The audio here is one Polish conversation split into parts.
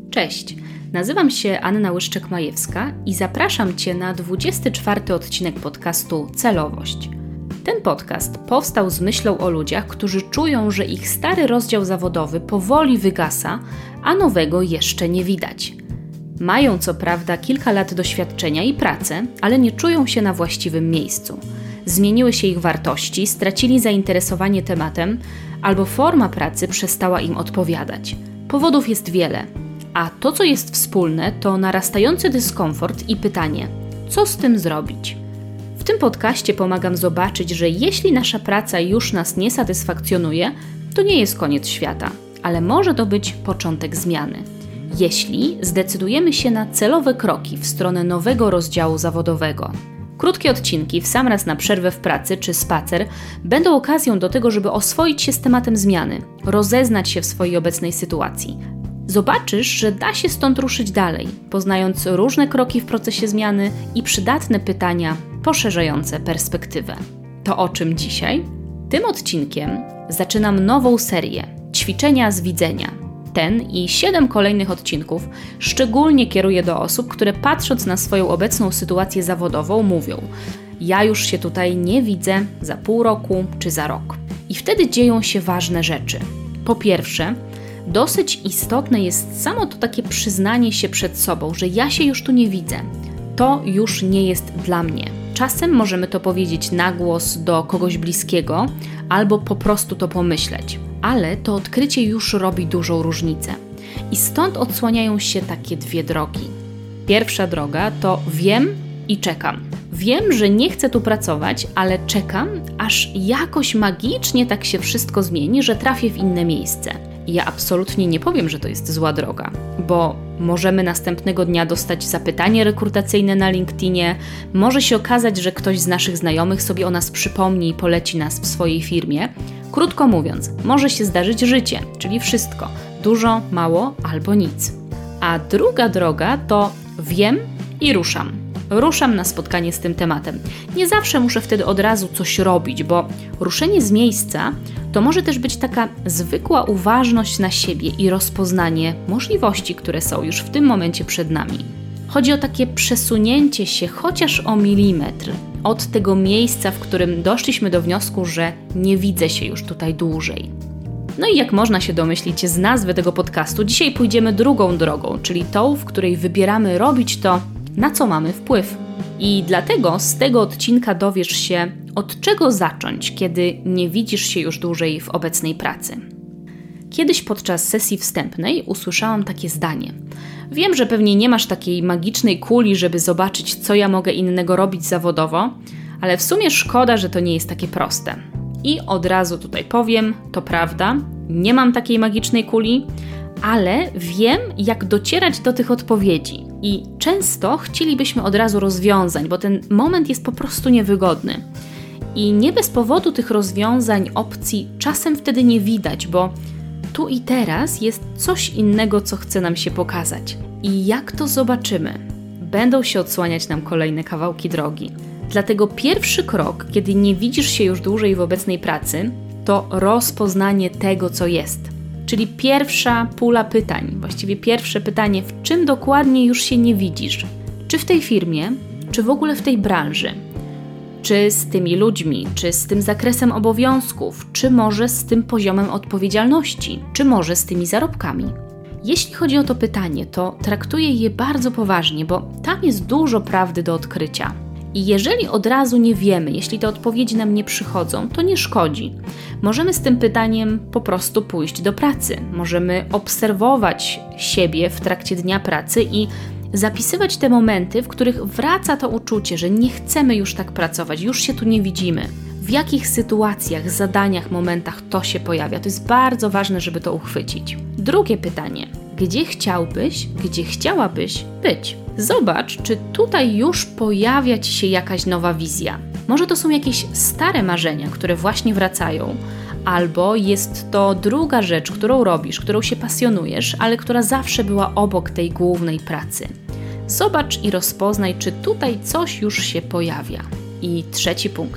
Cześć, nazywam się Anna Łyszczek-Majewska i zapraszam Cię na 24 odcinek podcastu Celowość. Ten podcast powstał z myślą o ludziach, którzy czują, że ich stary rozdział zawodowy powoli wygasa, a nowego jeszcze nie widać. Mają co prawda kilka lat doświadczenia i pracę, ale nie czują się na właściwym miejscu. Zmieniły się ich wartości, stracili zainteresowanie tematem, albo forma pracy przestała im odpowiadać. Powodów jest wiele, a to, co jest wspólne, to narastający dyskomfort i pytanie, co z tym zrobić? W tym podcaście pomagam zobaczyć, że jeśli nasza praca już nas nie satysfakcjonuje, to nie jest koniec świata, ale może to być początek zmiany. Jeśli zdecydujemy się na celowe kroki w stronę nowego rozdziału zawodowego. Krótkie odcinki w sam raz na przerwę w pracy czy spacer będą okazją do tego, żeby oswoić się z tematem zmiany, rozeznać się w swojej obecnej sytuacji. Zobaczysz, że da się stąd ruszyć dalej, poznając różne kroki w procesie zmiany i przydatne pytania poszerzające perspektywę. To o czym dzisiaj? Tym odcinkiem zaczynam nową serię Ćwiczenia z widzenia. Ten i 7 kolejnych odcinków szczególnie kieruję do osób, które patrząc na swoją obecną sytuację zawodową mówią: ja już się tutaj nie widzę za pół roku czy za rok. I wtedy dzieją się ważne rzeczy. Po pierwsze, dosyć istotne jest samo to takie przyznanie się przed sobą, że ja się już tu nie widzę. To już nie jest dla mnie. Czasem możemy to powiedzieć na głos do kogoś bliskiego albo po prostu to pomyśleć. Ale to odkrycie już robi dużą różnicę. I stąd odsłaniają się takie dwie drogi. Pierwsza droga to wiem i czekam. Wiem, że nie chcę tu pracować, ale czekam, aż jakoś magicznie tak się wszystko zmieni, że trafię w inne miejsce. I ja absolutnie nie powiem, że to jest zła droga, bo możemy następnego dnia dostać zapytanie rekrutacyjne na LinkedInie, może się okazać, że ktoś z naszych znajomych sobie o nas przypomni i poleci nas w swojej firmie. Krótko mówiąc, może się zdarzyć życie, czyli wszystko, dużo, mało albo nic. A druga droga to wiem i ruszam. Ruszam na spotkanie z tym tematem. Nie zawsze muszę wtedy od razu coś robić, bo ruszenie z miejsca to może też być taka zwykła uważność na siebie i rozpoznanie możliwości, które są już w tym momencie przed nami. Chodzi o takie przesunięcie się chociaż o milimetr od tego miejsca, w którym doszliśmy do wniosku, że nie widzę się już tutaj dłużej. No i jak można się domyślić z nazwy tego podcastu, dzisiaj pójdziemy drugą drogą, czyli tą, w której wybieramy robić to, na co mamy wpływ. I dlatego z tego odcinka dowiesz się, od czego zacząć, kiedy nie widzisz się już dłużej w obecnej pracy. Kiedyś podczas sesji wstępnej usłyszałam takie zdanie. Wiem, że pewnie nie masz takiej magicznej kuli, żeby zobaczyć, co ja mogę innego robić zawodowo, ale w sumie szkoda, że to nie jest takie proste. I od razu tutaj powiem, to prawda, nie mam takiej magicznej kuli, ale wiem, jak docierać do tych odpowiedzi. I często chcielibyśmy od razu rozwiązań, bo ten moment jest po prostu niewygodny. I nie bez powodu tych rozwiązań, opcji czasem wtedy nie widać, bo tu i teraz jest coś innego, co chce nam się pokazać. I jak to zobaczymy? Będą się odsłaniać nam kolejne kawałki drogi. Dlatego pierwszy krok, kiedy nie widzisz się już dłużej w obecnej pracy, to rozpoznanie tego, co jest. Czyli pierwsza pula pytań, właściwie pierwsze pytanie, w czym dokładnie już się nie widzisz? Czy w tej firmie, czy w ogóle w tej branży? Czy z tymi ludźmi, czy z tym zakresem obowiązków, czy może z tym poziomem odpowiedzialności, czy może z tymi zarobkami? Jeśli chodzi o to pytanie, to traktuję je bardzo poważnie, bo tam jest dużo prawdy do odkrycia. I jeżeli od razu nie wiemy, jeśli te odpowiedzi nam nie przychodzą, to nie szkodzi. Możemy z tym pytaniem po prostu pójść do pracy. Możemy obserwować siebie w trakcie dnia pracy i zapisywać te momenty, w których wraca to uczucie, że nie chcemy już tak pracować, już się tu nie widzimy. W jakich sytuacjach, zadaniach, momentach to się pojawia? To jest bardzo ważne, żeby to uchwycić. Drugie pytanie. Gdzie chciałbyś, gdzie chciałabyś być? Zobacz, czy tutaj już pojawia Ci się jakaś nowa wizja. Może to są jakieś stare marzenia, które właśnie wracają, albo jest to druga rzecz, którą robisz, którą się pasjonujesz, ale która zawsze była obok tej głównej pracy. Zobacz i rozpoznaj, czy tutaj coś już się pojawia. I trzeci punkt.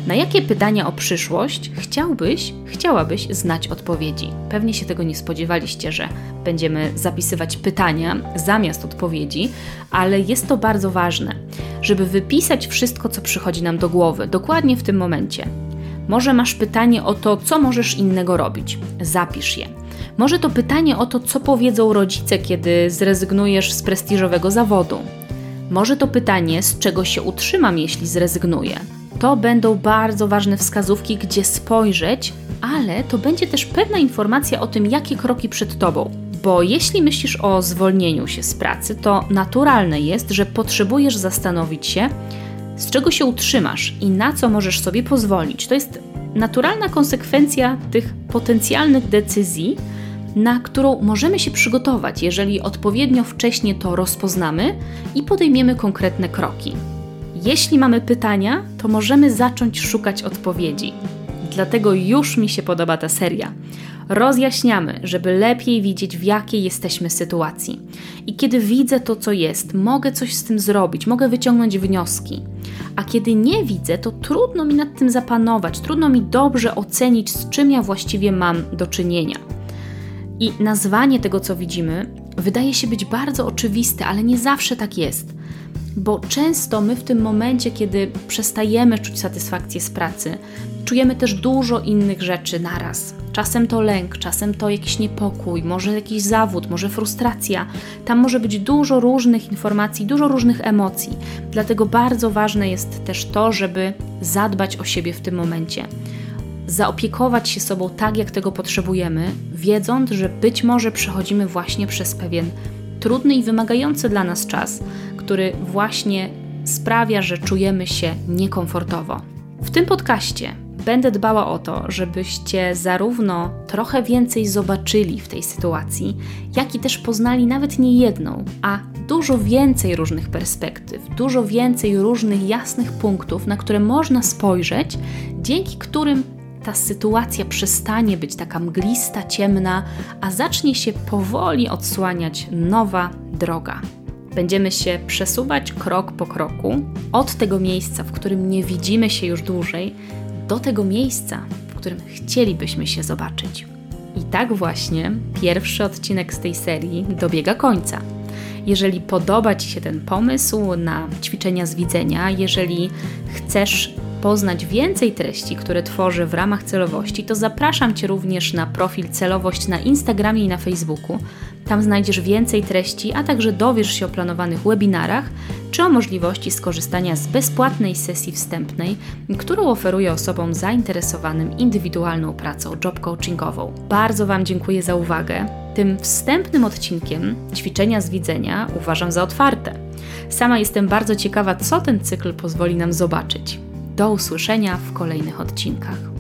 Na jakie pytania o przyszłość chciałabyś znać odpowiedzi? Pewnie się tego nie spodziewaliście, że będziemy zapisywać pytania zamiast odpowiedzi, ale jest to bardzo ważne, żeby wypisać wszystko, co przychodzi nam do głowy, dokładnie w tym momencie. Może masz pytanie o to, co możesz innego robić. Zapisz je. Może to pytanie o to, co powiedzą rodzice, kiedy zrezygnujesz z prestiżowego zawodu. Może to pytanie, z czego się utrzymam, jeśli zrezygnuję. To będą bardzo ważne wskazówki, gdzie spojrzeć, ale to będzie też pewna informacja o tym, jakie kroki przed Tobą. Bo jeśli myślisz o zwolnieniu się z pracy, to naturalne jest, że potrzebujesz zastanowić się, z czego się utrzymasz i na co możesz sobie pozwolić. To jest naturalna konsekwencja tych potencjalnych decyzji, na którą możemy się przygotować, jeżeli odpowiednio wcześnie to rozpoznamy i podejmiemy konkretne kroki. Jeśli mamy pytania, to możemy zacząć szukać odpowiedzi. Dlatego już mi się podoba ta seria. Rozjaśniamy, żeby lepiej widzieć, w jakiej jesteśmy sytuacji. I kiedy widzę to, co jest, mogę coś z tym zrobić, mogę wyciągnąć wnioski. A kiedy nie widzę, to trudno mi nad tym zapanować, trudno mi dobrze ocenić, z czym ja właściwie mam do czynienia. I nazwanie tego, co widzimy, wydaje się być bardzo oczywiste, ale nie zawsze tak jest. Bo często my w tym momencie, kiedy przestajemy czuć satysfakcję z pracy, czujemy też dużo innych rzeczy naraz. Czasem to lęk, czasem to jakiś niepokój, może jakiś zawód, może frustracja. Tam może być dużo różnych informacji, dużo różnych emocji. Dlatego bardzo ważne jest też to, żeby zadbać o siebie w tym momencie. Zaopiekować się sobą tak, jak tego potrzebujemy, wiedząc, że być może przechodzimy właśnie przez pewien trudny i wymagający dla nas czas, który właśnie sprawia, że czujemy się niekomfortowo. W tym podcaście będę dbała o to, żebyście zarówno trochę więcej zobaczyli w tej sytuacji, jak i też poznali nawet nie jedną, a dużo więcej różnych perspektyw, dużo więcej różnych jasnych punktów, na które można spojrzeć, dzięki którym ta sytuacja przestanie być taka mglista, ciemna, a zacznie się powoli odsłaniać nowa droga. Będziemy się przesuwać krok po kroku od tego miejsca, w którym nie widzimy się już dłużej, do tego miejsca, w którym chcielibyśmy się zobaczyć. I tak właśnie pierwszy odcinek z tej serii dobiega końca. Jeżeli podoba Ci się ten pomysł na ćwiczenia z widzenia, jeżeli chcesz poznać więcej treści, które tworzę w ramach celowości, to zapraszam Cię również na profil Celowość na Instagramie i na Facebooku. Tam znajdziesz więcej treści, a także dowiesz się o planowanych webinarach, czy o możliwości skorzystania z bezpłatnej sesji wstępnej, którą oferuję osobom zainteresowanym indywidualną pracą job coachingową. Bardzo Wam dziękuję za uwagę. Tym wstępnym odcinkiem ćwiczenia z widzenia uważam za otwarte. Sama jestem bardzo ciekawa, co ten cykl pozwoli nam zobaczyć. Do usłyszenia w kolejnych odcinkach.